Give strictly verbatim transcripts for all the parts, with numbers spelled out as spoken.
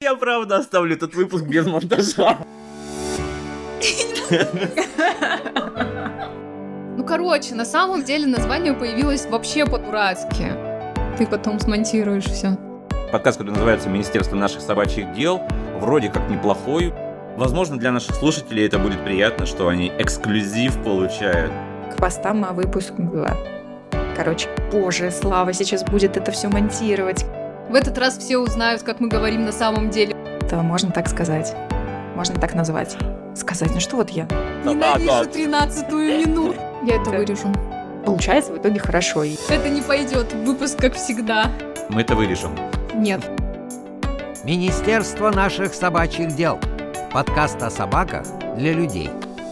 Я правда оставлю этот выпуск без монтажа. Ну, короче, на самом деле название появилось вообще по-дурацки. Ты потом смонтируешь все. Подкаст, который называется «Министерство наших собачьих дел», вроде как неплохой. Возможно, для наших слушателей это будет приятно, что они эксклюзив получают. К постам о выпуск была. Короче, боже, Слава сейчас будет это все монтировать. В этот раз все узнают, как мы говорим на самом деле. Это можно так сказать. Можно так назвать. Сказать, ну что вот я. Ненавижу тринадцатую минуту. Я это вырежу. Получается в итоге хорошо. Это не пойдет в выпуск, как всегда. Мы это вырежем. Нет. Министерство наших собачьих дел. Подкаст о собаках для людей.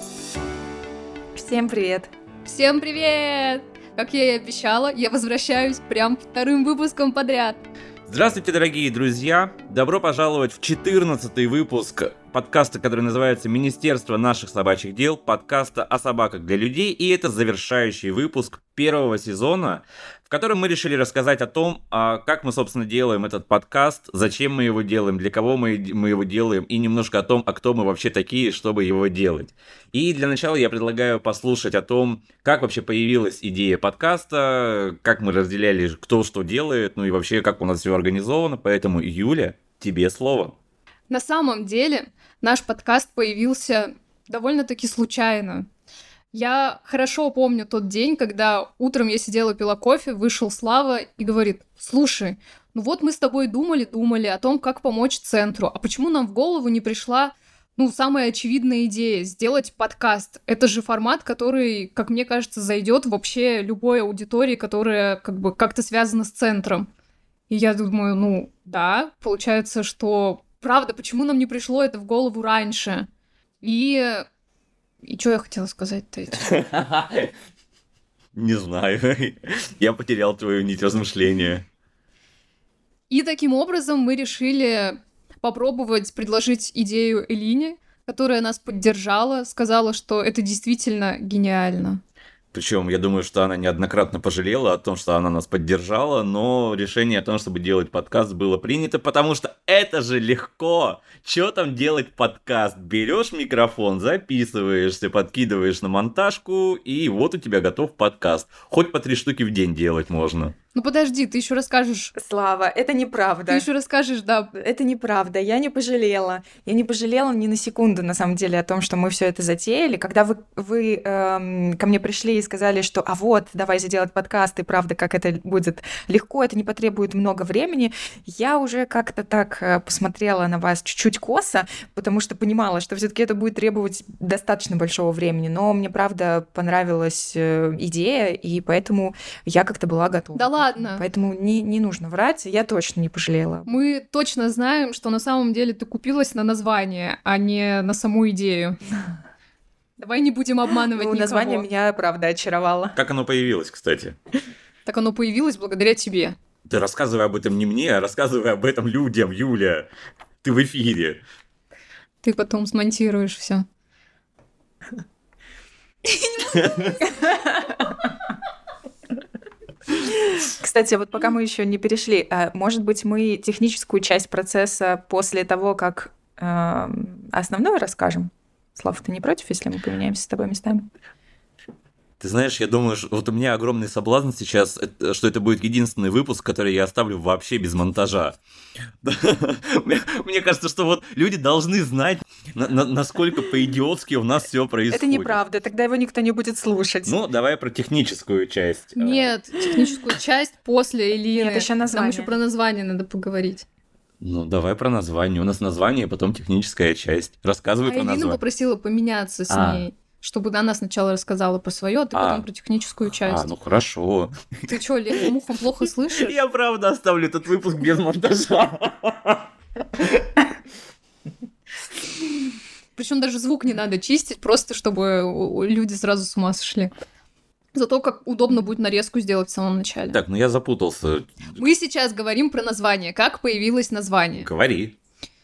Всем привет. Всем привет! Как я и обещала, я возвращаюсь прям вторым выпуском подряд. Здравствуйте, дорогие друзья! Добро пожаловать в четырнадцатый выпуск подкаста, который называется «Министерство наших собачьих дел», подкаста о собаках для людей, и это завершающий выпуск первого сезона, в котором мы решили рассказать о том, как мы, собственно, делаем этот подкаст, зачем мы его делаем, для кого мы, мы его делаем, и немножко о том, а кто мы вообще такие, чтобы его делать. И для начала я предлагаю послушать о том, как вообще появилась идея подкаста, как мы разделяли, кто что делает, ну и вообще, как у нас все организовано. Поэтому, Юля, тебе слово. На самом деле, наш подкаст появился довольно-таки случайно. Я хорошо помню тот день, когда утром я сидела, пила кофе, вышел Слава и говорит: слушай, ну вот мы с тобой думали-думали о том, как помочь центру, а почему нам в голову не пришла, ну, самая очевидная идея — сделать подкаст? Это же формат, который, как мне кажется, зайдет вообще любой аудитории, которая как бы как-то связана с центром. И я думаю, ну, да, получается, что... Правда, почему нам не пришло это в голову раньше? И... И что я хотела сказать-то этим? Не знаю. Я потерял твою нить размышления. И таким образом мы решили попробовать предложить идею Элине, которая нас поддержала, сказала, что это действительно гениально. Причем я думаю, что она неоднократно пожалела о том, что она нас поддержала, но решение о том, чтобы делать подкаст, было принято, потому что это же легко. Чё там делать подкаст? Берешь микрофон, записываешься, подкидываешь на монтажку, и вот у тебя готов подкаст. Хоть по три штуки в день делать можно. Ну подожди, ты еще расскажешь... Слава, это неправда. Ты еще расскажешь, да. Это неправда, я не пожалела. Я не пожалела ни на секунду, на самом деле, о том, что мы все это затеяли. Когда вы, вы эм, ко мне пришли и сказали, что а вот, давай сделать подкаст, и правда, как это будет легко, это не потребует много времени, я уже как-то так посмотрела на вас чуть-чуть косо, потому что понимала, что все-таки это будет требовать достаточно большого времени. Но мне, правда, понравилась идея, и поэтому я как-то была готова. Да ладно. Поэтому не, не нужно врать, я точно не пожалела. Мы точно знаем, что на самом деле ты купилась на название, а не на саму идею. Давай не будем обманывать ну, никого. Название меня, правда, очаровало. Как оно появилось, кстати? Так оно появилось благодаря тебе. Ты рассказывай об этом не мне, а рассказывай об этом людям, Юля. Ты в эфире. Ты потом смонтируешь все. Кстати, вот пока мы еще не перешли, может быть, мы техническую часть процесса после того, как э, основное расскажем? Слав, ты не против, если мы поменяемся с тобой местами? Ты знаешь, я думаю, что вот у меня огромный соблазн сейчас, что это будет единственный выпуск, который я оставлю вообще без монтажа. Мне кажется, что вот люди должны знать, насколько по-идиотски у нас все происходит. Это неправда, тогда его никто не будет слушать. Ну, давай про техническую часть. Нет, техническую часть после Элины. Нет, еще название. Нам еще про название надо поговорить. Ну, давай про название. У нас название, потом техническая часть. Рассказывай а про Элина название. попросила поменяться с а. ней. Чтобы она сначала рассказала про свое, а ты а. потом про техническую часть. А, ну хорошо. Ты что, Лена, мухом плохо слышишь? Я правда оставлю этот выпуск без монтажа. Причем даже звук не надо чистить, просто чтобы люди сразу с ума сошли. Зато как удобно будет нарезку сделать в самом начале. Так, ну я запутался. Мы сейчас говорим про название. Как появилось название? Говори.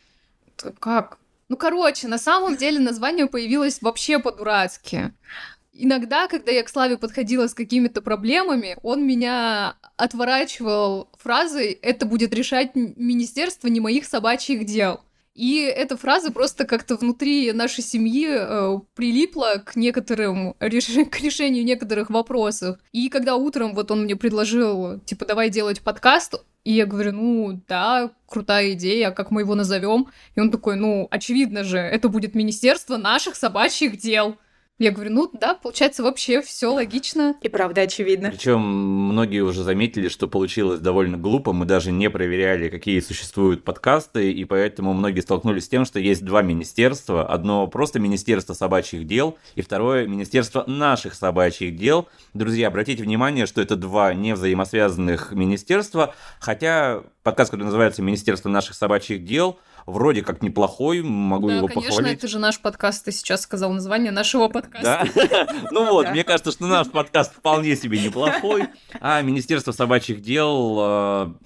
Как? Ну, короче, на самом деле название появилось вообще по-дурацки. иногда, когда я к Славе подходила с какими-то проблемами, он меня отворачивал фразой «это будет решать министерство не моих собачьих дел». И эта фраза просто как-то внутри нашей семьи э, прилипла к некоторым реш... к решению некоторых вопросов. И когда утром вот он мне предложил, типа, давай делать подкаст, и я говорю, ну да, крутая идея, как мы его назовем? И он такой, ну, очевидно же, это будет Министерство наших собачьих дел. Я говорю, ну да, получается, вообще все логично. И правда очевидно. Причем многие уже заметили, что получилось довольно глупо. Мы даже не проверяли, какие существуют подкасты, и поэтому многие столкнулись с тем, что есть два министерства. Одно просто Министерство собачьих дел, и второе Министерство наших собачьих дел. Друзья, обратите внимание, что это два не взаимосвязанных министерства, хотя подкаст, который называется «Министерство наших собачьих дел», вроде как неплохой, могу да, его конечно, похвалить. это же наш подкаст, ты сейчас сказал название нашего подкаста. Да? Ну вот, мне кажется, что наш подкаст вполне себе неплохой, а Министерство собачьих дел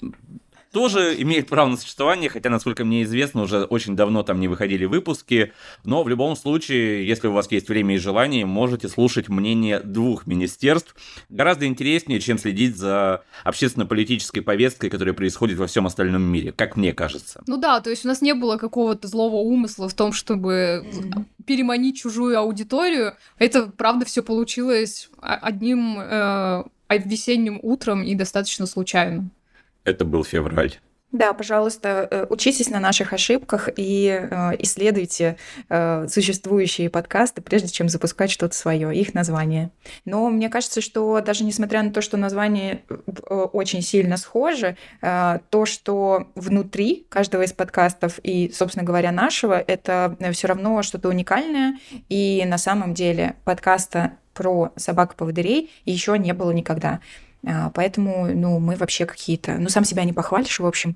тоже имеет право на существование, хотя, насколько мне известно, уже очень давно там не выходили выпуски, но в любом случае, если у вас есть время и желание, можете слушать мнение двух министерств. Гораздо интереснее, чем следить за общественно-политической повесткой, которая происходит во всем остальном мире, как мне кажется. Ну да, то есть у нас не было какого-то злого умысла в том, чтобы переманить чужую аудиторию. Это, правда, все получилось одним э, весенним утром и достаточно случайно. Это был февраль. Да, пожалуйста, учитесь на наших ошибках и исследуйте существующие подкасты, прежде чем запускать что-то свое, их название. Но мне кажется, что даже несмотря на то, что название очень сильно схожи, то, что внутри каждого из подкастов и, собственно говоря, нашего, это все равно что-то уникальное. И на самом деле подкаста про собак-поводырей еще не было никогда. Поэтому, ну, мы вообще какие-то... Ну, сам себя не похвалишь, в общем.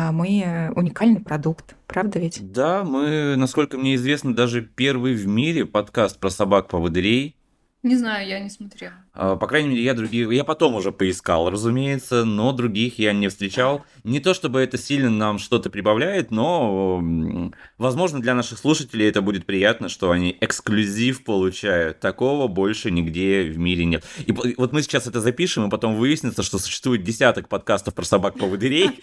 Мы уникальный продукт. Правда ведь? Да, мы, насколько мне известно, даже первый в мире подкаст про собак-поводырей. Не знаю, я не смотрела. По крайней мере, я других... Я потом уже поискал, разумеется, но других я не встречал. Не то чтобы это сильно нам что-то прибавляет, но, возможно, для наших слушателей это будет приятно, что они эксклюзив получают. Такого больше нигде в мире нет. И вот мы сейчас это запишем, и потом выяснится, что существует десяток подкастов про собак-поводырей.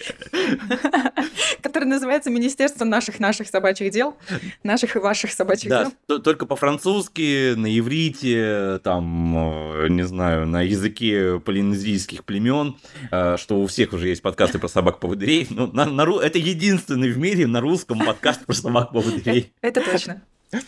Который называется «Министерство наших наших собачьих дел», наших и ваших собачьих дел. Да, только по-французски, на иврите, там, не знаю, на языке полинезийских племен, что у всех уже есть подкасты про собак-поводырей. Ну, на, на, это единственный в мире на русском подкаст про собак-поводырей. Это точно.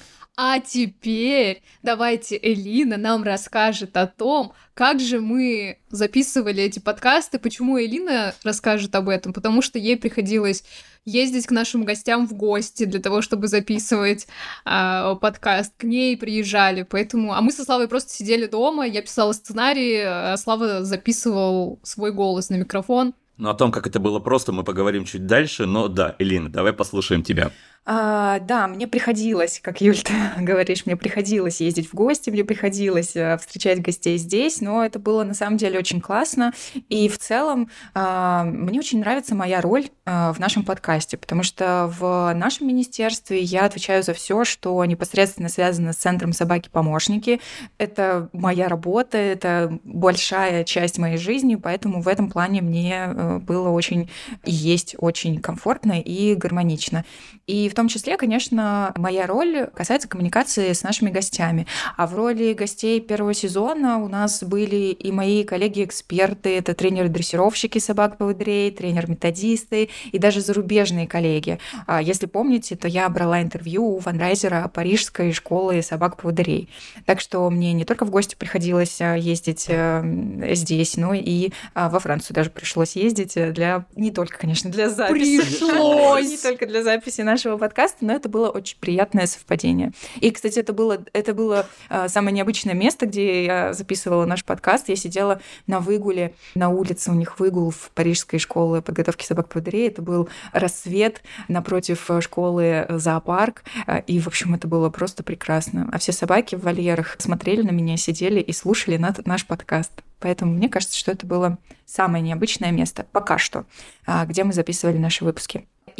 А теперь давайте Элина нам расскажет о том, как же мы записывали эти подкасты, почему Элина расскажет об этом, потому что ей приходилось ездить к нашим гостям в гости для того, чтобы записывать э, подкаст. К ней приезжали, поэтому... А мы со Славой просто сидели дома, я писала сценарий, а Слава записывал свой голос на микрофон. Ну, о том, как это было просто, мы поговорим чуть дальше, но да, Элина, давай послушаем тебя. А, да, мне приходилось, как Юль, ты говоришь, мне приходилось ездить в гости, мне приходилось встречать гостей здесь, но это было на самом деле очень классно. И в целом а, мне очень нравится моя роль а, в нашем подкасте, потому что в нашем министерстве я отвечаю за все, что непосредственно связано с Центром собаки-помощники. Это моя работа, это большая часть моей жизни, поэтому в этом плане мне было очень и есть очень комфортно и гармонично. И в том числе, конечно, моя роль касается коммуникации с нашими гостями. А в роли гостей первого сезона у нас были и мои коллеги-эксперты, это тренеры-дрессировщики собак-поводырей, тренер-методисты и даже зарубежные коллеги. Если помните, то я брала интервью у фандрайзера Парижской школы собак-поводырей. Так что мне не только в гости приходилось ездить здесь, но и во Францию даже пришлось ездить для... Не только, конечно, для записи. Пришлось! Не только для записи нашего подкаста, но это было очень приятное совпадение. И, кстати, это было, это было самое необычное место, где я записывала наш подкаст. Я сидела на выгуле, на улице, у них выгул в Парижской школе подготовки собак-поводырей. Это был рассвет напротив школы зоопарк. И, в общем, это было просто прекрасно. А все собаки в вольерах смотрели на меня, сидели и слушали наш подкаст. Поэтому мне кажется, что это было самое необычное место пока что, где мы записывали наши выпуски.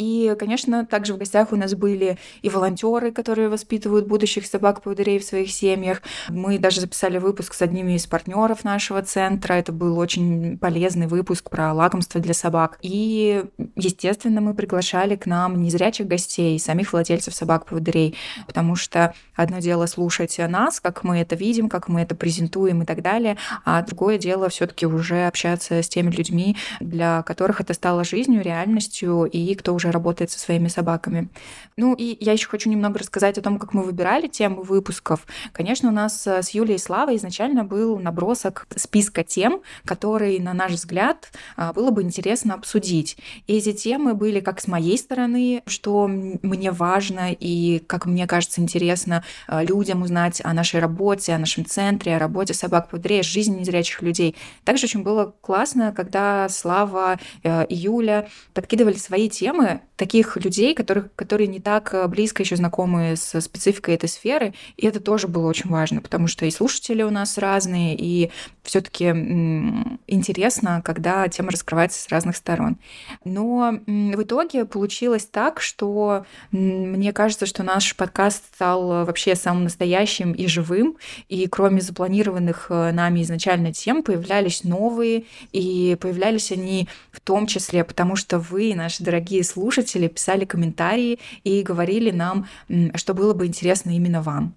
И, конечно, также в гостях у нас были и волонтеры, которые воспитывают будущих собак-поводырей в своих семьях. Мы даже записали выпуск с одними из партнеров нашего центра. Это был очень полезный выпуск про лакомства для собак. И, естественно, мы приглашали к нам незрячих гостей, самих владельцев собак-поводырей, потому что одно дело слушать нас, как мы это видим, как мы это презентуем и так далее, а другое дело все-таки уже общаться с теми людьми, для которых это стало жизнью, реальностью, и кто уже работает со своими собаками. Ну и я еще хочу немного рассказать о том, как мы выбирали темы выпусков. Конечно, у нас с Юлей и Славой изначально был набросок списка тем, которые, на наш взгляд, было бы интересно обсудить. И эти темы были как с моей стороны, что мне важно и, как мне кажется, интересно людям узнать о нашей работе, о нашем центре, о работе собак-поводырей, о жизни незрячих людей. Также очень было классно, когда Слава и Юля подкидывали свои темы таких людей, которых, которые не так близко еще знакомы со спецификой этой сферы, и это тоже было очень важно, потому что и слушатели у нас разные, и все-таки интересно, когда тема раскрывается с разных сторон. Но в итоге получилось так, что мне кажется, что наш подкаст стал вообще самым настоящим и живым, и кроме запланированных нами изначально тем, появлялись новые, и появлялись они в том числе, потому что вы, наши дорогие слушатели, писали комментарии и говорили нам, что было бы интересно именно вам.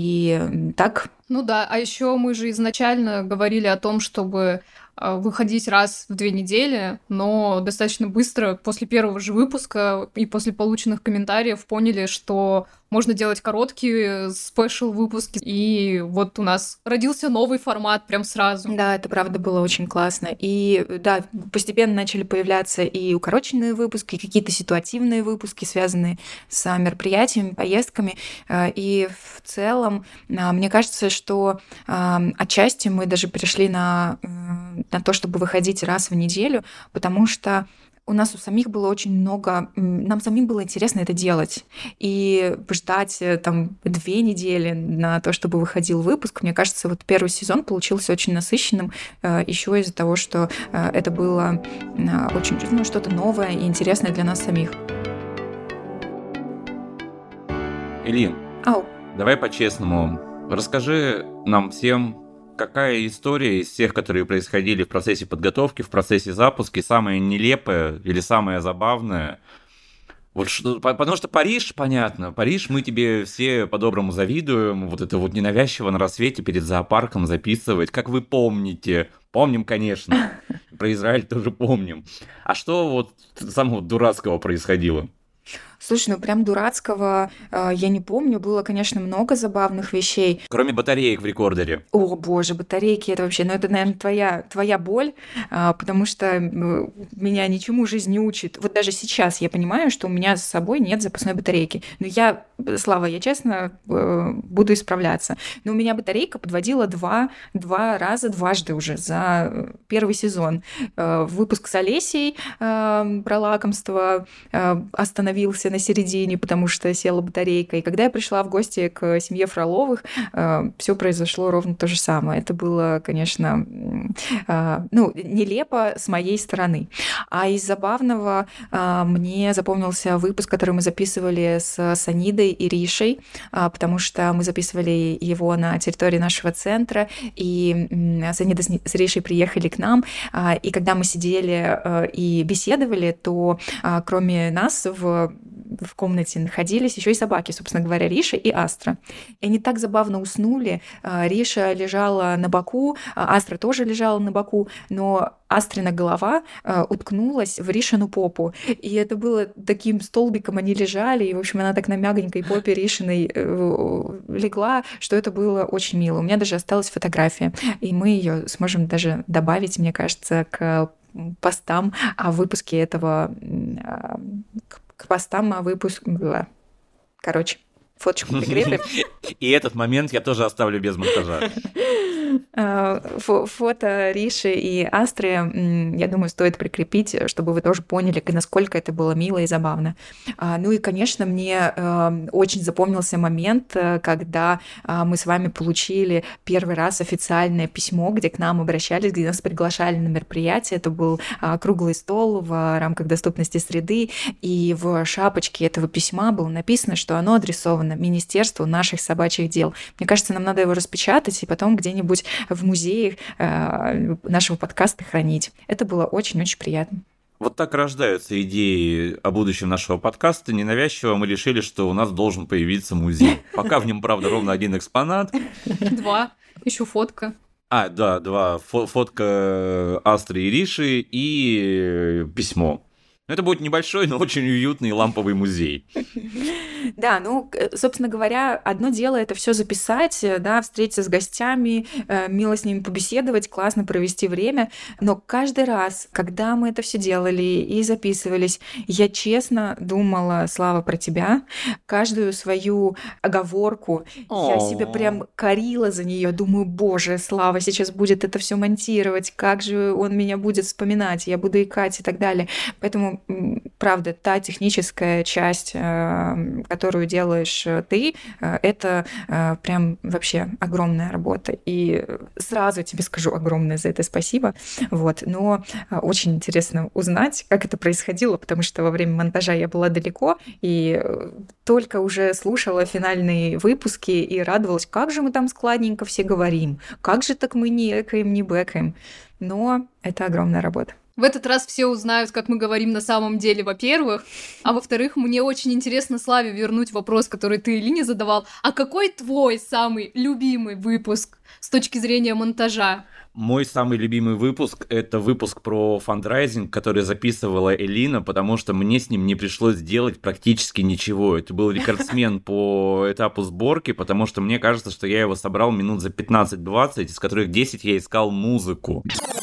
И так... Ну да, а еще мы же изначально говорили о том, чтобы выходить раз в две недели, но достаточно быстро после первого же выпуска и после полученных комментариев поняли, что можно делать короткие спешл-выпуски, и вот у нас родился новый формат прям сразу. Да, это правда было очень классно. И да, постепенно начали появляться и укороченные выпуски, и какие-то ситуативные выпуски, связанные с мероприятиями, поездками. И в целом, мне кажется, что отчасти мы даже перешли на, на то, чтобы выходить раз в неделю, потому что у нас у самих было очень много, нам самим было интересно это делать. И ждать там две недели на то, чтобы выходил выпуск, мне кажется, вот первый сезон получился очень насыщенным, еще из-за того, что это было очень, ну, что-то новое и интересное для нас самих. Элин, Ау. давай по-честному, расскажи нам всем, какая история из всех, которые происходили в процессе подготовки, в процессе запуска, самая нелепая или самая забавная? Вот что, потому что Париж, понятно, Париж мы тебе все по-доброму завидуем, вот это вот ненавязчиво на рассвете перед зоопарком записывать, как вы помните. Помним, конечно, про Израиль тоже помним. А что вот самого дурацкого происходило? Слушай, ну прям дурацкого э, я не помню. Было, конечно, много забавных вещей. Кроме батареек в рекордере. О, боже, батарейки, это вообще... Ну, это, наверное, твоя, твоя боль, э, потому что э, меня ничему жизнь не учит. Вот даже сейчас я понимаю, что у меня с собой нет запасной батарейки. Но я, Слава, я честно э, буду исправляться. Но у меня батарейка подводила два, два раза, дважды уже за первый сезон. Э, выпуск с Олесей э, про лакомство э, остановился на середине, потому что села батарейка. И когда я пришла в гости к семье Фроловых, э, все произошло ровно то же самое. Это было, конечно, э, ну, нелепо с моей стороны. А из забавного э, мне запомнился выпуск, который мы записывали с Санидой и Ришей, э, потому что мы записывали его на территории нашего центра, и э, Санида с Ришей приехали к нам, э, и когда мы сидели э, и беседовали, то э, кроме нас в в комнате находились еще и собаки, собственно говоря, Риша и Астра. И они так забавно уснули. Риша лежала на боку, Астра тоже лежала на боку, но Астрина голова уткнулась в Ришину попу. И это было таким столбиком, они лежали, и, в общем, она так на мягонькой попе Ришиной легла, что это было очень мило. У меня даже осталась фотография, и мы ее сможем даже добавить, мне кажется, к постам о выпуске этого, к постам о выпуске. Короче, фоточку прикрепим. И этот момент я тоже оставлю без монтажа. Фото Риши и Астры, я думаю, стоит прикрепить, чтобы вы тоже поняли, насколько это было мило и забавно. Ну и, конечно, мне очень запомнился момент, когда мы с вами получили первый раз официальное письмо, где к нам обращались, где нас приглашали на мероприятие. Это был круглый стол в рамках доступности среды, и в шапочке этого письма было написано, что оно адресовано Министерству наших собачьих дел. Мне кажется, нам надо его распечатать и потом где-нибудь в музеях нашего подкаста хранить. Это было очень-очень приятно. Вот так рождаются идеи о будущем нашего подкаста. Ненавязчиво мы решили, что у нас должен появиться музей. Пока в нем, правда, ровно один экспонат. Два. Еще фотка. А, да, два. Фотка Астры и Риши и письмо. Это будет небольшой, но очень уютный ламповый музей. Да, ну, собственно говоря, одно дело это все записать, да, встретиться с гостями, мило с ними побеседовать, классно провести время, но каждый раз, когда мы это все делали и записывались, я честно думала, Слава, про тебя, каждую свою оговорку, я себя прям корила за нее, думаю, боже, Слава сейчас будет это все монтировать, как же он меня будет вспоминать, я буду икать и так далее. Поэтому, правда, та техническая часть, которую делаешь ты, это прям вообще огромная работа. И сразу тебе скажу огромное за это спасибо. Вот. Но очень интересно узнать, как это происходило, потому что во время монтажа я была далеко и только уже слушала финальные выпуски и радовалась, как же мы там складненько все говорим, как же так мы не экаем, не бэкаем. Но это огромная работа. В этот раз все узнают, как мы говорим на самом деле, во-первых. А во-вторых, мне очень интересно, Славе, вернуть вопрос, который ты Элине задавал. А какой твой самый любимый выпуск с точки зрения монтажа? Мой самый любимый выпуск – это выпуск про фандрайзинг, который записывала Элина, потому что мне с ним не пришлось делать практически ничего. Это был рекордсмен по этапу сборки, потому что мне кажется, что я его собрал минут за пятнадцать-двадцать, из которых десять я искал музыку.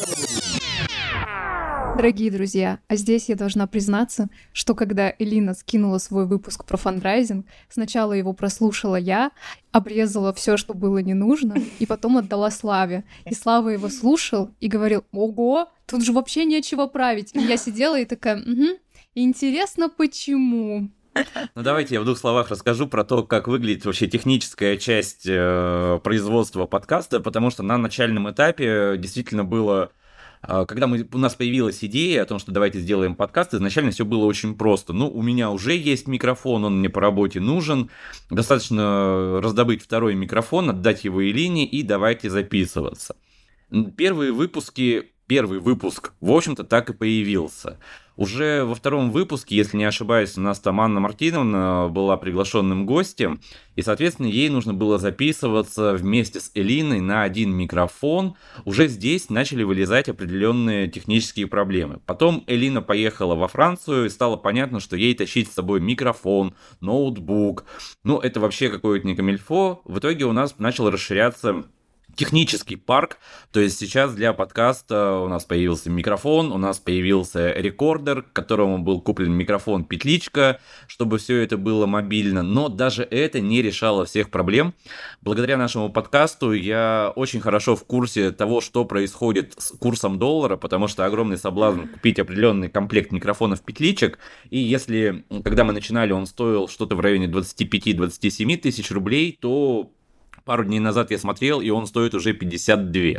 Дорогие друзья, а здесь я должна признаться, что когда Элина скинула свой выпуск про фандрайзинг, сначала его прослушала я, обрезала все, что было не нужно, и потом отдала Славе. И Слава его слушал и говорил: «Ого, тут же вообще нечего править». И я сидела и такая: «Угу, интересно, почему?» Ну давайте я в двух словах расскажу про то, как выглядит вообще техническая часть э, производства подкаста, потому что на начальном этапе действительно было... Когда мы, у нас появилась идея о том, что давайте сделаем подкаст, изначально все было очень просто. Ну, у меня уже есть микрофон, он мне по работе нужен. Достаточно раздобыть второй микрофон, отдать его Элине и давайте записываться. Первые выпуски, первый выпуск, в общем-то, так и появился. Уже во втором выпуске, если не ошибаюсь, у нас там Анна Мартиновна была приглашенным гостем, и, соответственно, ей нужно было записываться вместе с Элиной на один микрофон. Уже здесь начали вылезать определенные технические проблемы. Потом Элина поехала во Францию, и стало понятно, что ей тащить с собой микрофон, ноутбук. Ну, это вообще какое-то не камильфо. В итоге у нас начал расширяться технический парк, то есть сейчас для подкаста у нас появился микрофон, у нас появился рекордер, к которому был куплен микрофон-петличка, чтобы все это было мобильно, но даже это не решало всех проблем. Благодаря нашему подкасту я очень хорошо в курсе того, что происходит с курсом доллара, потому что огромный соблазн купить определенный комплект микрофонов-петличек, и если, когда мы начинали, он стоил что-то в районе двадцать пять - двадцать семь тысяч рублей, то пару дней назад я смотрел, и он стоит уже пятьдесят два.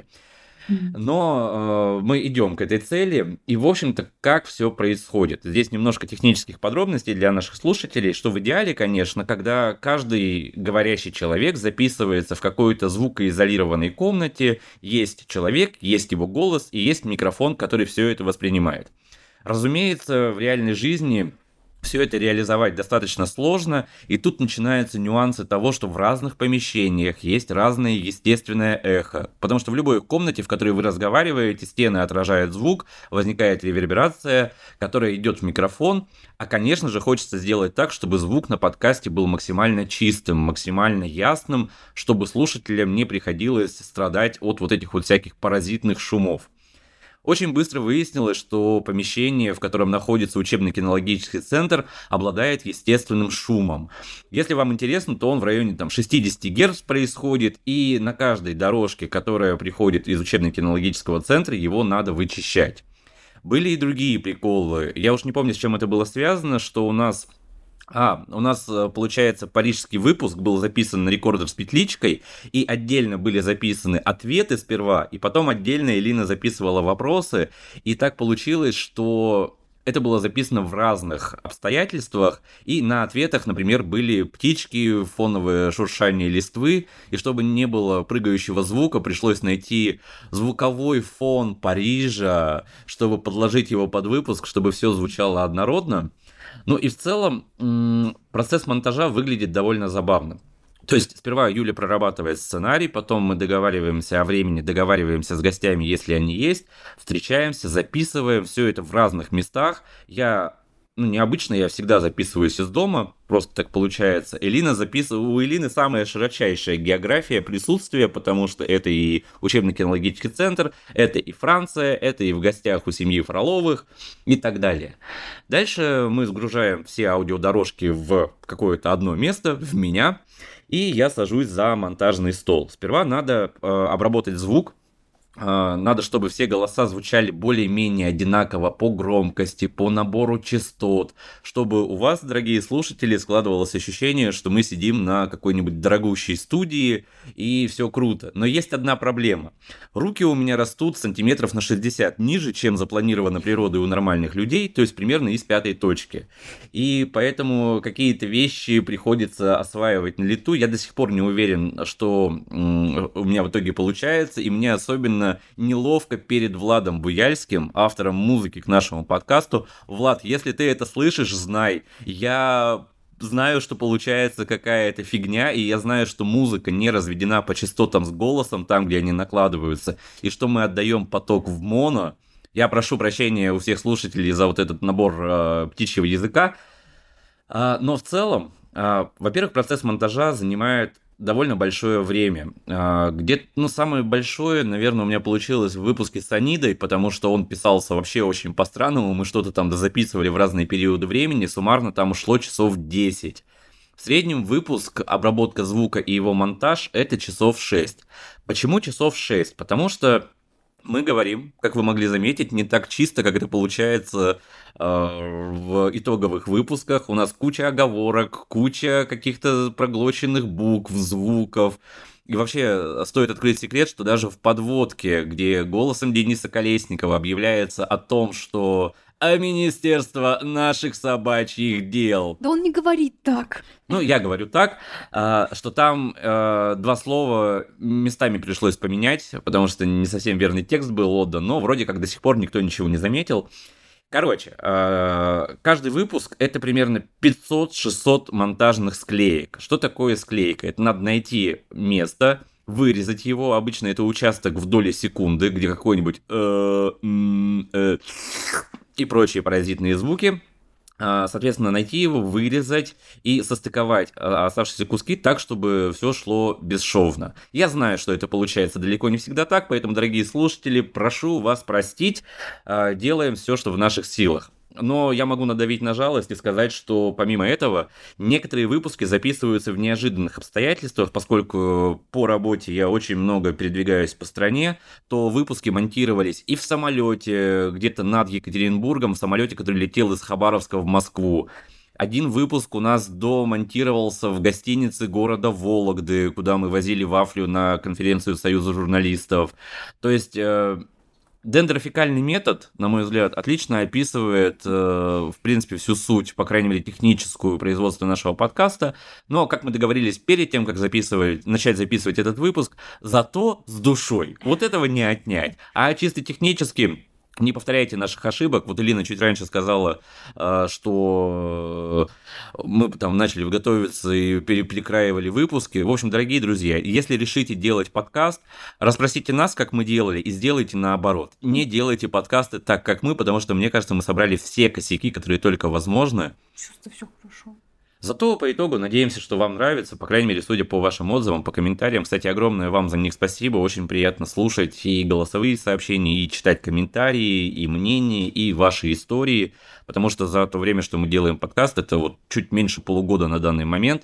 Но э, мы идем к этой цели, и, в общем-то, как все происходит. Здесь немножко технических подробностей для наших слушателей, что в идеале, конечно, когда каждый говорящий человек записывается в какой-то звукоизолированной комнате, есть человек, есть его голос и есть микрофон, который все это воспринимает. Разумеется, в реальной жизни все это реализовать достаточно сложно, и тут начинаются нюансы того, что в разных помещениях есть разное естественное эхо. Потому что в любой комнате, в которой вы разговариваете, стены отражают звук, возникает реверберация, которая идет в микрофон. А, конечно же, хочется сделать так, чтобы звук на подкасте был максимально чистым, максимально ясным, чтобы слушателям не приходилось страдать от вот этих вот всяких паразитных шумов. Очень быстро выяснилось, что помещение, в котором находится учебно-кинологический центр, обладает естественным шумом. Если вам интересно, то он в районе там, шестьдесят герц происходит, и на каждой дорожке, которая приходит из учебно-кинологического центра, его надо вычищать. Были и другие приколы. Я уж не помню, с чем это было связано, что у нас... А, у нас, получается, парижский выпуск был записан на рекордер с петличкой, и отдельно были записаны ответы сперва, и потом отдельно Элина записывала вопросы, и так получилось, что это было записано в разных обстоятельствах, и на ответах, например, были птички, фоновое шуршание листвы, и чтобы не было прыгающего звука, пришлось найти звуковой фон Парижа, чтобы подложить его под выпуск, чтобы все звучало однородно. Ну и в целом процесс монтажа выглядит довольно забавно. То есть сперва Юля прорабатывает сценарий, потом мы договариваемся о времени, договариваемся с гостями, если они есть, встречаемся, записываем все это в разных местах. Я, ну необычно, я всегда записываюсь из дома, просто так получается. Элина записывает, у Элины самая широчайшая география присутствия, потому что это и учебно-кинологический центр, это и Франция, это и в гостях у семьи Фроловых и так далее. Дальше мы сгружаем все аудиодорожки в какое-то одно место, в меня, и я сажусь за монтажный стол. Сперва надо э, обработать звук. Надо, чтобы все голоса звучали более-менее одинаково по громкости, по набору частот, чтобы у вас, дорогие слушатели, складывалось ощущение, что мы сидим на какой-нибудь дорогущей студии и все круто. Но есть одна проблема. Руки у меня растут сантиметров на шестьдесят ниже, чем запланировано природой у нормальных людей, то есть примерно из пятой точки. И поэтому какие-то вещи приходится осваивать на лету. Я до сих пор не уверен, что у меня в итоге получается, и мне особенно неловко перед Владом Буяльским, автором музыки к нашему подкасту. Влад, если ты это слышишь, знай, я знаю, что получается какая-то фигня, и я знаю, что музыка не разведена по частотам с голосом, там, где они накладываются, и что мы отдаем поток в моно. Я прошу прощения у всех слушателей за вот этот набор э, птичьего языка, а, но в целом, а, во-первых, процесс монтажа занимает довольно большое время. Где-то, ну, самое большое, наверное, у меня получилось в выпуске с Анидой, потому что он писался вообще очень по-странному, мы что-то там дозаписывали в разные периоды времени, суммарно там ушло часов десять. В среднем выпуск, обработка звука и его монтаж — это часов шесть. Почему часов шесть? Потому что мы говорим, как вы могли заметить, не так чисто, как это получается э, в итоговых выпусках. У нас куча оговорок, куча каких-то проглоченных букв, звуков. И вообще стоит открыть секрет, что даже в подводке, где голосом Дениса Колесникова объявляется о том, что «А Министерство наших собачьих дел». Да он не говорит так. Ну, я говорю так, что там два слова местами пришлось поменять, потому что не совсем верный текст был отдан, но вроде как до сих пор никто ничего не заметил. Короче, каждый выпуск — это примерно пятьсот-шестьсот монтажных склеек. Что такое склейка? Это надо найти место, вырезать его. Обычно это участок в доли секунды, где какой-нибудь и прочие паразитные звуки. Соответственно, найти его, вырезать и состыковать оставшиеся куски так, чтобы все шло бесшовно. Я знаю, что это получается далеко не всегда так, поэтому, дорогие слушатели, прошу вас простить, делаем все, что в наших силах. Но я могу надавить на жалость и сказать, что помимо этого, некоторые выпуски записываются в неожиданных обстоятельствах, поскольку по работе я очень много передвигаюсь по стране, то выпуски монтировались и в самолете, где-то над Екатеринбургом, в самолете, который летел из Хабаровска в Москву. Один выпуск у нас домонтировался в гостинице города Вологды, куда мы возили вафлю на конференцию Союза журналистов. То есть... Дендрофикальный метод, на мой взгляд, отлично описывает, э, в принципе, всю суть, по крайней мере, техническую производства нашего подкаста. Но, как мы договорились перед тем, как записывать, начать записывать этот выпуск, зато с душой. Вот этого не отнять. А чисто технически... Не повторяйте наших ошибок. Вот Элина чуть раньше сказала, что мы там начали готовиться и перекраивали выпуски. В общем, дорогие друзья, если решите делать подкаст, расспросите нас, как мы делали, и сделайте наоборот. Не делайте подкасты так, как мы, потому что, мне кажется, мы собрали все косяки, которые только возможны. Чувство, все хорошо. Зато по итогу надеемся, что вам нравится, по крайней мере, судя по вашим отзывам, по комментариям. Кстати, огромное вам за них спасибо, очень приятно слушать и голосовые сообщения, и читать комментарии, и мнения, и ваши истории, потому что за то время, что мы делаем подкаст, это вот чуть меньше полугода на данный момент,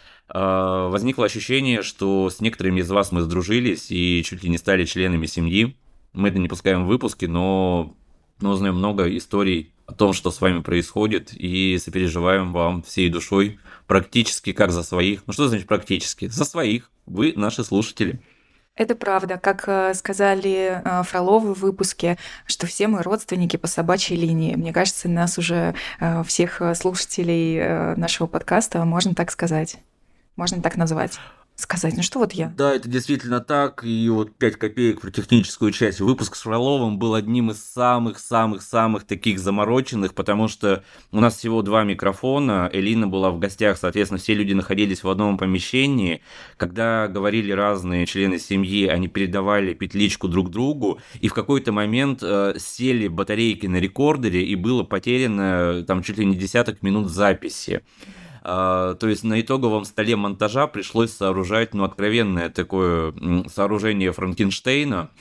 возникло ощущение, что с некоторыми из вас мы сдружились и чуть ли не стали членами семьи. Мы это не пускаем в выпуски, но мы узнаем много историй о том, что с вами происходит, и сопереживаем вам всей душой, практически как за своих. Ну что значит практически? За своих. Вы наши слушатели. Это правда, как сказали Фроловы в выпуске, что все мы родственники по собачьей линии. Мне кажется, нас уже всех слушателей нашего подкаста можно так сказать. Можно так назвать. Сказать, ну что вот я. Да, это действительно так, и вот пять копеек про техническую часть. Выпуск с Фроловым был одним из самых-самых-самых таких замороченных, потому что у нас всего два микрофона, Элина была в гостях, соответственно, все люди находились в одном помещении. Когда говорили разные члены семьи, они передавали петличку друг другу, и в какой-то момент э, сели батарейки на рекордере, и было потеряно там чуть ли не десяток минут записи. Uh, то есть на итоговом столе монтажа пришлось сооружать, ну, откровенное такое сооружение Франкенштейна.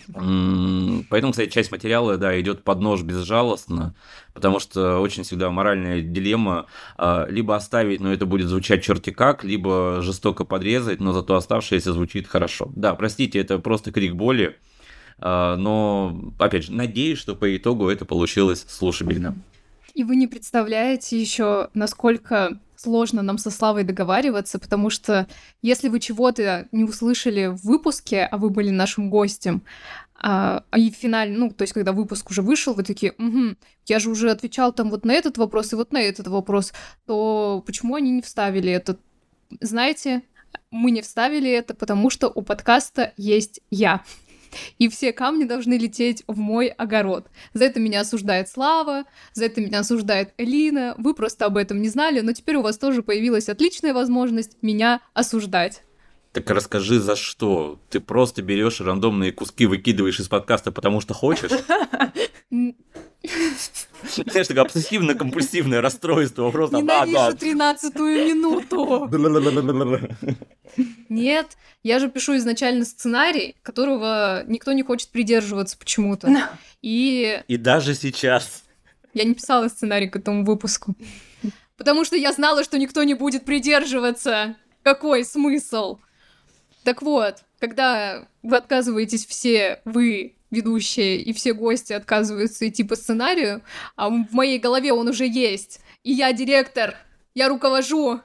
Поэтому, кстати, часть материала, да, идет под нож безжалостно, потому что очень всегда моральная дилемма uh, либо оставить, но это будет звучать черти как, либо жестоко подрезать, но зато оставшееся звучит хорошо. Да, простите, это просто крик боли, uh, но, опять же, надеюсь, что по итогу это получилось слушабельно. И вы не представляете еще, насколько сложно нам со Славой договариваться, потому что если вы чего-то не услышали в выпуске, а вы были нашим гостем, а, и в финале, ну, то есть когда выпуск уже вышел, вы такие, угу, я же уже отвечал там вот на этот вопрос и вот на этот вопрос, то почему они не вставили это? Знаете, мы не вставили это, потому что у подкаста есть я. И все камни должны лететь в мой огород. За это меня осуждает Слава, за это меня осуждает Элина. Вы просто об этом не знали, но теперь у вас тоже появилась отличная возможность меня осуждать. Так расскажи, за что? Ты просто берешь рандомные куски, выкидываешь из подкаста, потому что хочешь? Знаешь, такое обсессивно-компульсивное расстройство. Просто ненавижу тринадцатую минуту. Нет, я же пишу изначально сценарий, которого никто не хочет придерживаться почему-то. И... И даже сейчас. Я не писала сценарий к этому выпуску. Потому что я знала, что никто не будет придерживаться. Какой смысл? Так вот, когда вы отказываетесь все, вы, ведущие, и все гости отказываются идти по сценарию, а в моей голове он уже есть, и я директор, я руковожу,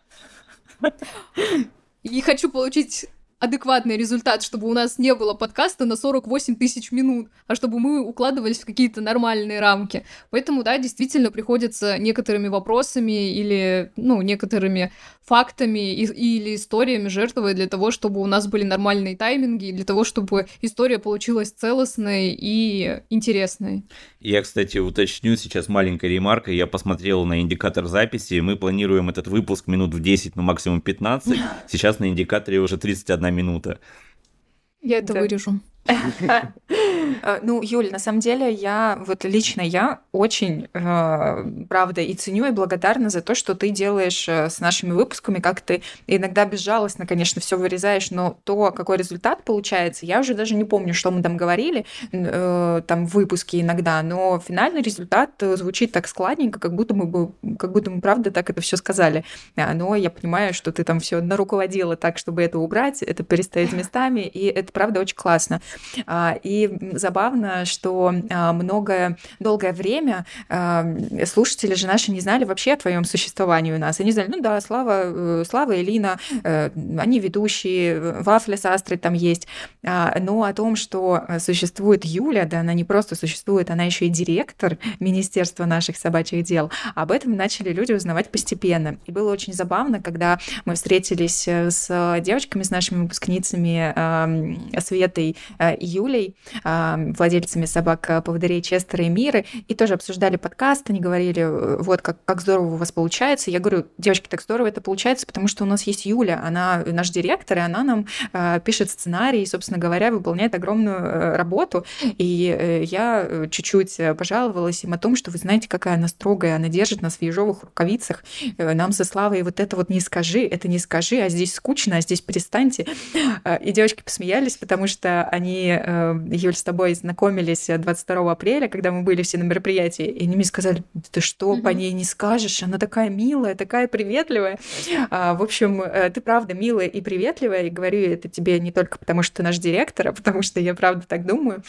и хочу получить адекватный результат, чтобы у нас не было подкаста на сорок восемь тысяч минут, а чтобы мы укладывались в какие-то нормальные рамки. Поэтому, да, действительно приходится некоторыми вопросами или, ну, некоторыми фактами и, или историями жертвовать для того, чтобы у нас были нормальные тайминги, и для того, чтобы история получилась целостной и интересной. Я, кстати, уточню сейчас маленькая ремарка. Я посмотрел на индикатор записи. Мы планируем этот выпуск минут в десять, ну максимум пятнадцать. Сейчас на индикаторе уже тридцать одна минута. Я это да. вырежу. Ну, Юль, на самом деле, я, вот лично я очень, э, правда, и ценю, и благодарна за то, что ты делаешь с нашими выпусками, как ты иногда безжалостно, конечно, все вырезаешь, но то, какой результат получается, я уже даже не помню, что мы там говорили, э, там в выпуске иногда, но финальный результат звучит так складненько, как будто мы, как будто мы, правда, так это все сказали. Но я понимаю, что ты там все наруководила так, чтобы это убрать, это переставить местами, и это, правда, очень классно. И забавно, что многое, долгое время слушатели же наши не знали вообще о твоем существовании у нас. Они знали, ну да, Слава, Слава, Элина, они ведущие, Вафля с Астрой там есть. Но о том, что существует Юля, да, она не просто существует, она еще и директор Министерства наших собачьих дел, об этом начали люди узнавать постепенно. И было очень забавно, когда мы встретились с девочками, с нашими выпускницами Светой и Юлей, владельцами собак-поводырей Честера и Миры, и тоже обсуждали подкаст, они говорили, вот как, как здорово у вас получается. Я говорю, девочки, так здорово это получается, потому что у нас есть Юля, она наш директор, и она нам э, пишет сценарий, и, собственно говоря, выполняет огромную э, работу. И э, я чуть-чуть пожаловалась им о том, что вы знаете, какая она строгая, она держит нас в ежовых рукавицах, э, нам со Славой вот это вот не скажи, это не скажи, а здесь скучно, а здесь перестаньте. И девочки посмеялись, потому что они, э, Юль, с тобой знакомились двадцать второго апреля, когда мы были все на мероприятии, и они мне сказали, ты что, mm-hmm. по ней не скажешь, она такая милая, такая приветливая. А, в общем, ты правда милая и приветливая, и говорю это тебе не только потому, что ты наш директор, а потому что я правда так думаю.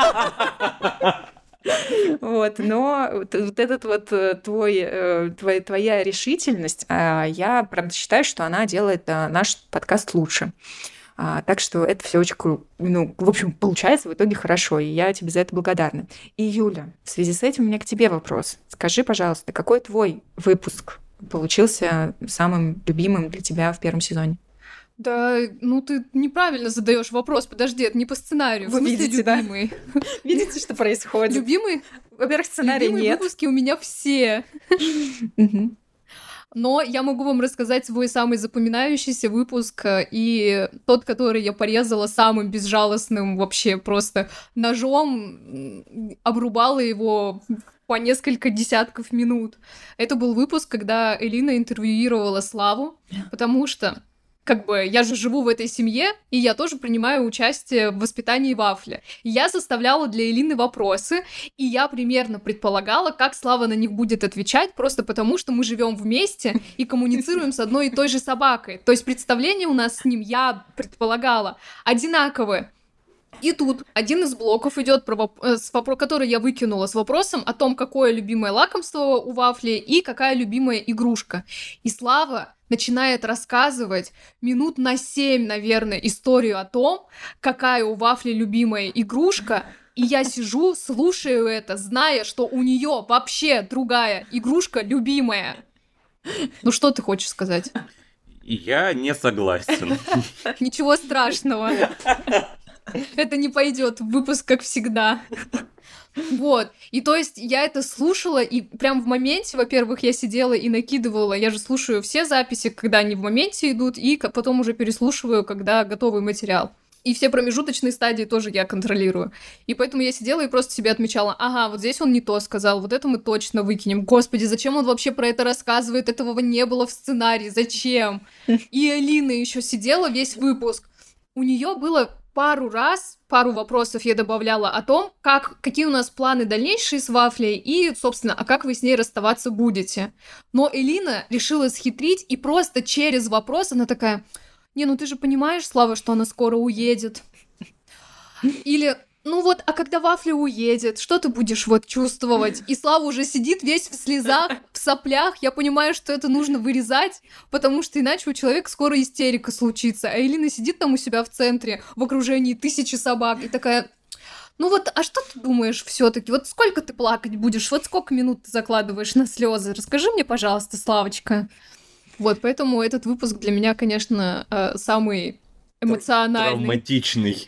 Вот, но вот этот вот твой, твоя, твоя решительность, я правда считаю, что она делает наш подкаст лучше. А, так что это все очень круто. Ну, в общем, получается в итоге хорошо, и я тебе за это благодарна. И, Юля, в связи с этим у меня к тебе вопрос. Скажи, пожалуйста, какой твой выпуск получился самым любимым для тебя в первом сезоне? Да, ну ты неправильно задаешь вопрос. Подожди, это не по сценарию. Вы видите, любимый? Да? Видите, что происходит? Любимый? Во-первых, сценария нет. Любимые выпуски у меня все. Но я могу вам рассказать свой самый запоминающийся выпуск и тот, который я порезала самым безжалостным вообще просто ножом, обрубала его по несколько десятков минут. Это был выпуск, когда Элина интервьюировала Славу, потому что как бы я же живу в этой семье, и я тоже принимаю участие в воспитании Вафли. Я составляла для Элины вопросы, и я примерно предполагала, как Слава на них будет отвечать, просто потому что мы живем вместе и коммуницируем с одной и той же собакой. То есть представление у нас с ним, я предполагала, одинаковые. И тут один из блоков идет, который я выкинула, с вопросом о том, какое любимое лакомство у Вафли и какая любимая игрушка. И Слава начинает рассказывать минут на семь, наверное, историю о том, какая у Вафли любимая игрушка, и я сижу, слушаю это, зная, что у нее вообще другая игрушка любимая. Ну что ты хочешь сказать? Я не согласен. Ничего страшного. Это не пойдет в выпуск, как всегда. Вот. И то есть я это слушала, и прям в моменте, во-первых, я сидела и накидывала, я же слушаю все записи, когда они в моменте идут, и потом уже переслушиваю, когда готовый материал. И все промежуточные стадии тоже я контролирую. И поэтому я сидела и просто себе отмечала, ага, вот здесь он не то сказал, вот это мы точно выкинем. Господи, зачем он вообще про это рассказывает? Этого не было в сценарии, зачем? И Алина еще сидела весь выпуск. У нее было пару раз, пару вопросов я добавляла о том, как, какие у нас планы дальнейшие с Вафлей и, собственно, а как вы с ней расставаться будете. Но Элина решила схитрить, и просто через вопрос она такая, не, ну ты же понимаешь, Слава, что она скоро уедет. Или, ну вот, а когда Вафля уедет, что ты будешь вот чувствовать? И Слава уже сидит весь в слезах, в соплях. Я понимаю, что это нужно вырезать, потому что иначе у человека скоро истерика случится. А Элина сидит там у себя в центре, в окружении тысячи собак, и такая, ну вот, а что ты думаешь все-таки? Вот сколько ты плакать будешь? Вот сколько минут ты закладываешь на слезы? Расскажи мне, пожалуйста, Славочка. Вот, поэтому этот выпуск для меня, конечно, самый эмоциональный. Травматичный.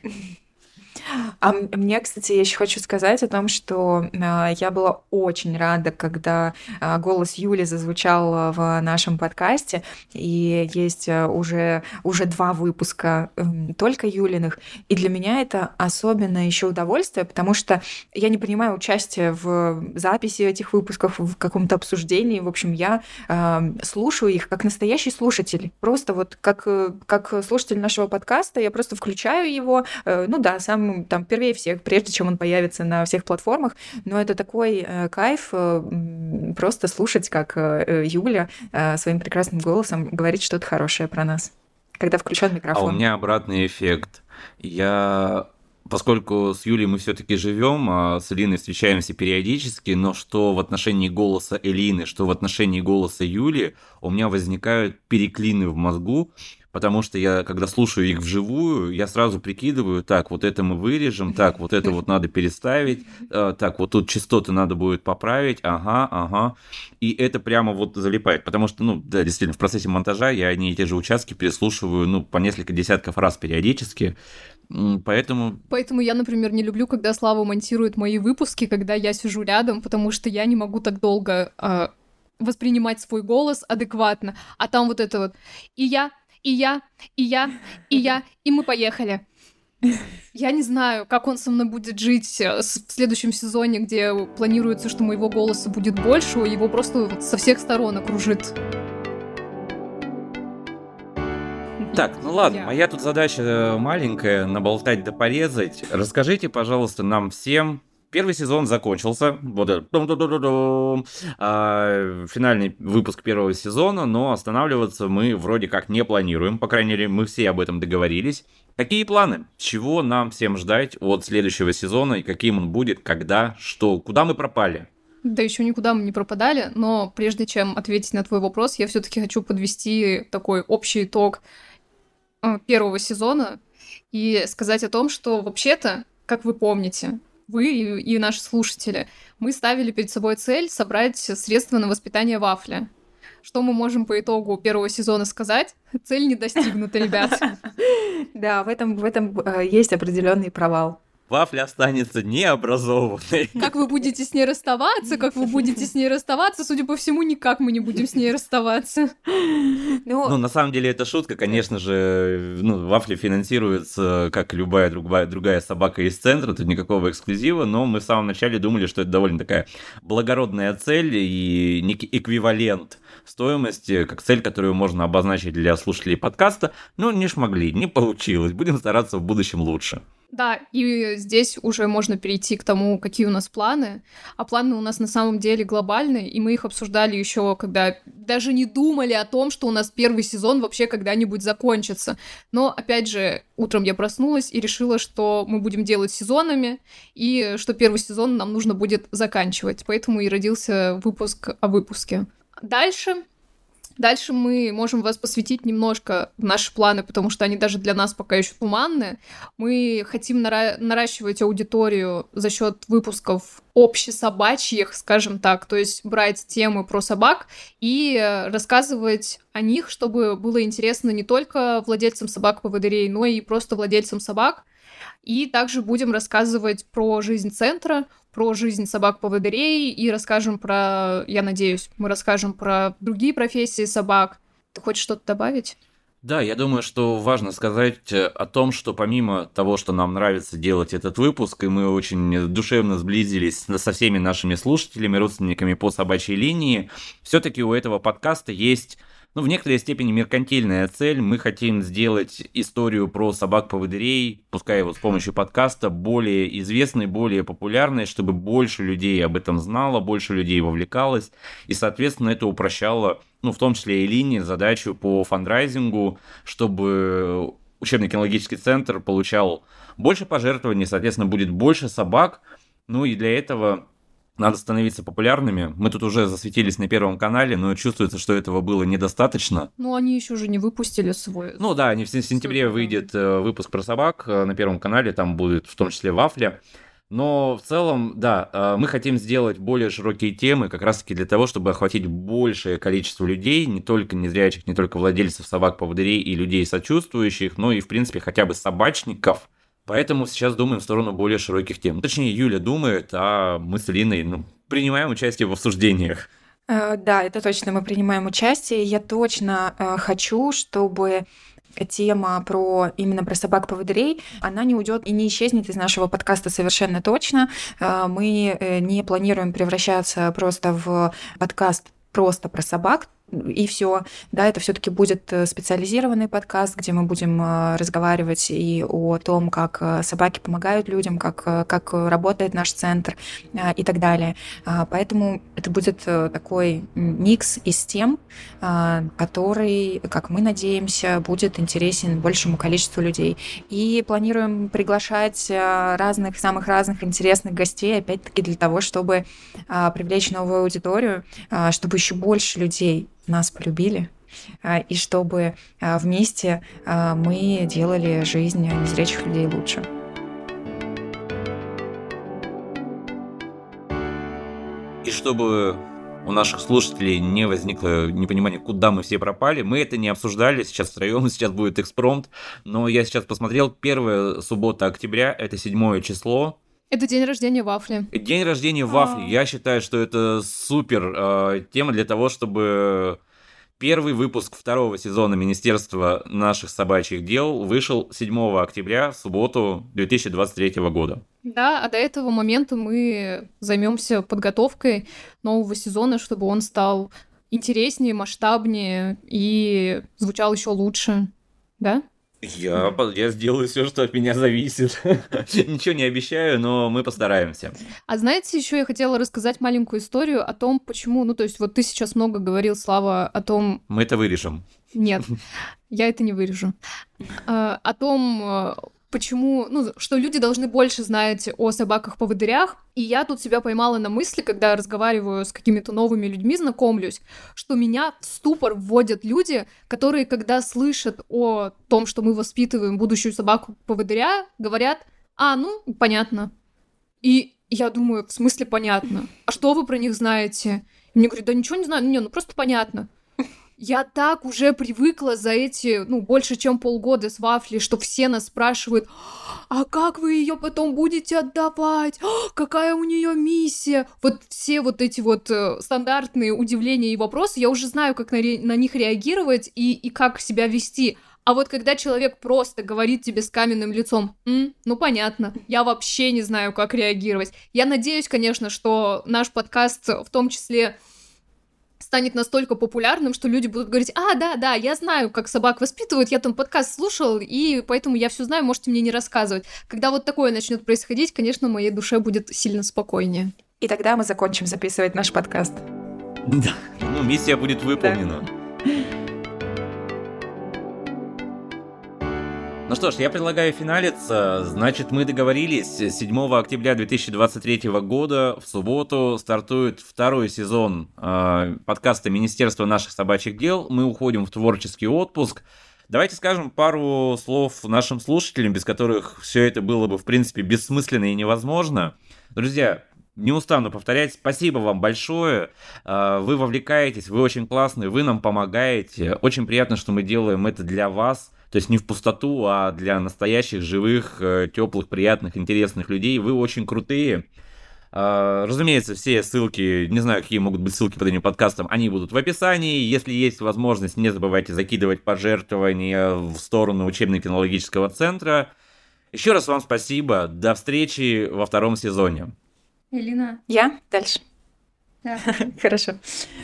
А мне, кстати, я еще хочу сказать о том, что э, я была очень рада, когда э, голос Юли зазвучал в нашем подкасте, и есть э, уже, уже два выпуска э, только Юлиных, и для меня это особенно еще удовольствие, потому что я не принимаю участие в записи этих выпусков, в каком-то обсуждении, в общем, я э, слушаю их как настоящий слушатель, просто вот как, как слушатель нашего подкаста, я просто включаю его, э, ну да, сам там первее всех, прежде чем он появится на всех платформах, но это такой э, кайф э, просто слушать, как э, Юля э, своим прекрасным голосом говорит что-то хорошее про нас, когда включен микрофон. А у меня обратный эффект. Я, поскольку с Юлей мы все-таки живем, а с Элиной встречаемся периодически, но что в отношении голоса Элины, что в отношении голоса Юли, у меня возникают переклины в мозгу. Потому что я, когда слушаю их вживую, я сразу прикидываю, так, вот это мы вырежем, так, вот это вот надо переставить, так, вот тут частоты надо будет поправить, ага, ага. И это прямо вот залипает, потому что, ну, да, действительно, в процессе монтажа я одни и те же участки переслушиваю, ну, по несколько десятков раз периодически, Поэтому... Поэтому я, например, не люблю, когда Слава монтирует мои выпуски, когда я сижу рядом, потому что я не могу так долго э, воспринимать свой голос адекватно. А там вот это вот и я, и я, и я, и я, и мы поехали. Я не знаю, как он со мной будет жить в следующем сезоне, где планируется, что моего голоса будет больше, его просто вот со всех сторон окружит. Так, ну ладно, Я. моя тут задача маленькая, наболтать да порезать. Расскажите, пожалуйста, нам всем. Первый сезон закончился, вот это, а, финальный выпуск первого сезона, но останавливаться мы вроде как не планируем, по крайней мере, мы все об этом договорились. Какие планы? Чего нам всем ждать от следующего сезона и каким он будет, когда, что, куда мы пропали? Да еще никуда мы не пропадали, но прежде чем ответить на твой вопрос, я все-таки хочу подвести такой общий итог первого сезона и сказать о том, что вообще-то, как вы помните, вы и, и наши слушатели, мы ставили перед собой цель собрать средства на воспитание Вафли. Что мы можем по итогу первого сезона сказать? Цель не достигнута, ребят. Да, в этом, в этом есть определенный провал. Вафля останется необразованной. Как вы будете с ней расставаться, как вы будете с ней расставаться, судя по всему, никак мы не будем с ней расставаться. Ну, Ну, на самом деле, это шутка, конечно же, ну, Вафля финансируется, как любая другая, другая собака из центра, тут никакого эксклюзива, но мы в самом начале думали, что это довольно такая благородная цель и некий эквивалент стоимости, как цель, которую можно обозначить для слушателей подкаста, но не шмогли, не получилось, будем стараться в будущем лучше. Да, и здесь уже можно перейти к тому, какие у нас планы. А планы у нас на самом деле глобальные, и мы их обсуждали еще, когда даже не думали о том, что у нас первый сезон вообще когда-нибудь закончится. Но, опять же, утром я проснулась и решила, что мы будем делать сезонами, и что первый сезон нам нужно будет заканчивать. Поэтому и родился выпуск о выпуске. Дальше... Дальше мы можем вас посвятить немножко в наши планы, потому что они даже для нас пока еще туманные. Мы хотим нара- наращивать аудиторию за счет выпусков общесобачьих, скажем так, то есть брать темы про собак и рассказывать о них, чтобы было интересно не только владельцам собак-поводырей, но и просто владельцам собак. И также будем рассказывать про жизнь центра, про жизнь собак-поводырей и расскажем про, я надеюсь, мы расскажем про другие профессии собак. Ты хочешь что-то добавить? Да, я думаю, что важно сказать о том, что помимо того, что нам нравится делать этот выпуск, и мы очень душевно сблизились со всеми нашими слушателями, родственниками по собачьей линии, все-таки у этого подкаста есть... Ну, в некоторой степени меркантильная цель. Мы хотим сделать историю про собак-поводырей, пускай вот с помощью подкаста, более известной, более популярной, чтобы больше людей об этом знало, больше людей вовлекалось. И, соответственно, это упрощало, ну, в том числе и линии, задачу по фандрайзингу, чтобы учебный кинологический центр получал больше пожертвований, соответственно, будет больше собак. Ну, и для этого... Надо становиться популярными. Мы тут уже засветились на Первом канале, но чувствуется, что этого было недостаточно. Ну, они еще же не выпустили свой... Ну да, они в сентябре Супер. выйдет выпуск про собак на Первом канале, там будет в том числе Вафля. Но в целом, да, мы хотим сделать более широкие темы, как раз-таки для того, чтобы охватить большее количество людей, не только незрячих, не только владельцев собак-поводырей и людей сочувствующих, но и, в принципе, хотя бы собачников. Поэтому сейчас думаем в сторону более широких тем. Точнее, Юля думает, а мы с Линой ну, принимаем участие в обсуждениях. Да, это точно, мы принимаем участие. Я точно хочу, чтобы тема про именно про собак-поводырей, она не уйдет и не исчезнет из нашего подкаста совершенно точно. Мы не планируем превращаться просто в подкаст просто про собак, и все. Да, это все-таки будет специализированный подкаст, где мы будем разговаривать и о том, как собаки помогают людям, как, как работает наш центр и так далее. Поэтому это будет такой микс из тем, который, как мы надеемся, будет интересен большему количеству людей. И планируем приглашать разных, самых разных интересных гостей, опять-таки для того, чтобы привлечь новую аудиторию, чтобы еще больше людей нас полюбили, и чтобы вместе мы делали жизнь незрячих людей лучше. И чтобы у наших слушателей не возникло непонимания, куда мы все пропали. Мы это не обсуждали сейчас втроем, сейчас будет экспромт, но я сейчас посмотрел, первая суббота октября, это седьмое число. Это день рождения Вафли. День рождения Вафли. Я считаю, что это супер э, тема для того, чтобы первый выпуск второго сезона Министерства наших собачьих дел вышел седьмого октября, в субботу две тысячи двадцать третьего года. Да, а до этого момента мы займемся подготовкой нового сезона, чтобы он стал интереснее, масштабнее и звучал еще лучше. Да? Я, я сделаю все, что от меня зависит. Ничего не обещаю, но мы постараемся. А знаете, еще я хотела рассказать маленькую историю о том, почему... Ну, то есть вот ты сейчас много говорил, Слава, о том... Мы это вырежем. Нет, я это не вырежу. О том, почему... Ну, что люди должны больше знать о собаках-поводырях. И я тут себя поймала на мысли, когда разговариваю с какими-то новыми людьми, знакомлюсь, что меня в ступор вводят люди, которые, когда слышат о том, что мы воспитываем будущую собаку-поводыря, говорят: «А, ну, понятно». И я думаю: в смысле понятно? А что вы про них знаете? И мне говорят: да ничего не знаю, не, ну просто понятно. Я так уже привыкла за эти, ну, больше чем полгода с Вафлей, что все нас спрашивают: а как вы ее потом будете отдавать? Какая у нее миссия? Вот все вот эти вот э, стандартные удивления и вопросы, я уже знаю, как на, ре- на них реагировать и, и как себя вести. А вот когда человек просто говорит тебе с каменным лицом: М, ну понятно, я вообще не знаю, как реагировать. Я надеюсь, конечно, что наш подкаст в том числе станет настолько популярным, что люди будут говорить: а, да, да, я знаю, как собак воспитывают, я там подкаст слушал, и поэтому я все знаю, можете мне не рассказывать. Когда вот такое начнет происходить, конечно, моей душе будет сильно спокойнее. И тогда мы закончим записывать наш подкаст. Да, ну миссия будет выполнена. Да. Ну что ж, я предлагаю финалиться. Значит, мы договорились, седьмого октября две тысячи двадцать третьего года в субботу стартует второй сезон э, подкаста Министерства наших собачьих дел. Мы уходим в творческий отпуск. Давайте скажем пару слов нашим слушателям, без которых все это было бы, в принципе, бессмысленно и невозможно. Друзья, не устану повторять, спасибо вам большое, вы вовлекаетесь, вы очень классные, вы нам помогаете. Очень приятно, что мы делаем это для вас. То есть не в пустоту, а для настоящих, живых, теплых, приятных, интересных людей. Вы очень крутые. Разумеется, все ссылки, не знаю, какие могут быть ссылки под этим подкастом, они будут в описании. Если есть возможность, не забывайте закидывать пожертвования в сторону учебно-кинологического центра. Еще раз вам спасибо. До встречи во втором сезоне. Элина. Я? Дальше. Да. Хорошо.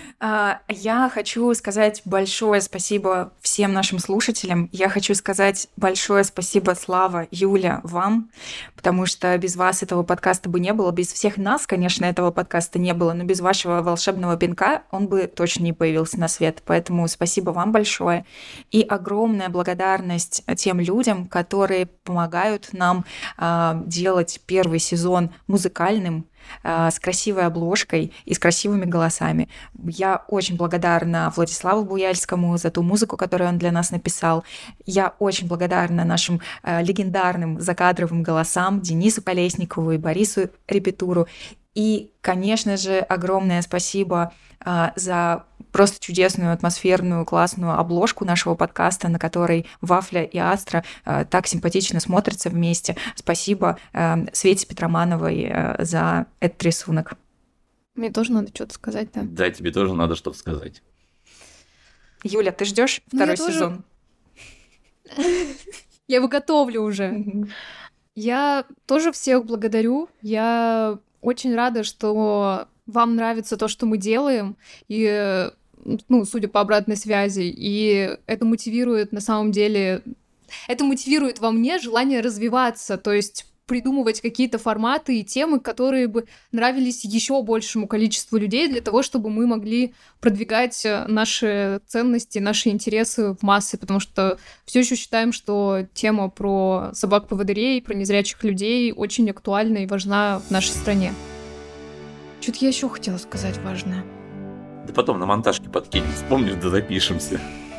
Я хочу сказать большое спасибо всем нашим слушателям. Я хочу сказать большое спасибо, Слава, Юля, вам, потому что без вас этого подкаста бы не было. Без всех нас, конечно, этого подкаста не было, но без вашего волшебного пинка он бы точно не появился на свет. Поэтому спасибо вам большое. И огромная благодарность тем людям, которые помогают нам делать первый сезон музыкальным, с красивой обложкой и с красивыми голосами. Я очень благодарна Владиславу Буяльскому за ту музыку, которую он для нас написал. Я очень благодарна нашим э, легендарным закадровым голосам Денису Колесникову и Борису Репетуру. И, конечно же, огромное спасибо э, за просто чудесную, атмосферную, классную обложку нашего подкаста, на которой Вафля и Астра э, так симпатично смотрятся вместе. Спасибо э, Свете Петромановой э, за этот рисунок. Мне тоже надо что-то сказать, да? Да, тебе тоже надо что-то сказать. Юля, ты ждешь второй ну, сезон? Я его готовлю уже. Я тоже всех благодарю. Я очень рада, что вам нравится то, что мы делаем, и, ну, судя по обратной связи, и это мотивирует, на самом деле, это мотивирует во мне желание развиваться, то есть придумывать какие-то форматы и темы, которые бы нравились еще большему количеству людей, для того, чтобы мы могли продвигать наши ценности, наши интересы в массы, потому что все еще считаем, что тема про собак-поводырей, про незрячих людей очень актуальна и важна в нашей стране. Что-то я еще хотела сказать важное. Да потом на монтажке подкинем, вспомнишь, да запишемся.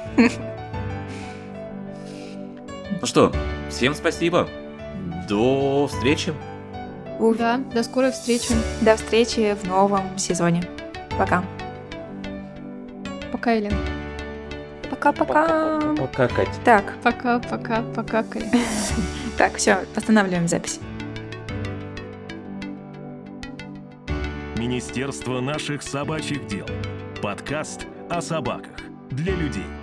Ну что, всем спасибо. До встречи. Да, до скорой встречи. До встречи в новом сезоне. Пока. Пока, Елена. Пока-пока. Пока, Кать. Так, Пока-пока, пока, Коля. так, все, останавливаем запись. Министерство наших собачьих дел. Подкаст о собаках для людей.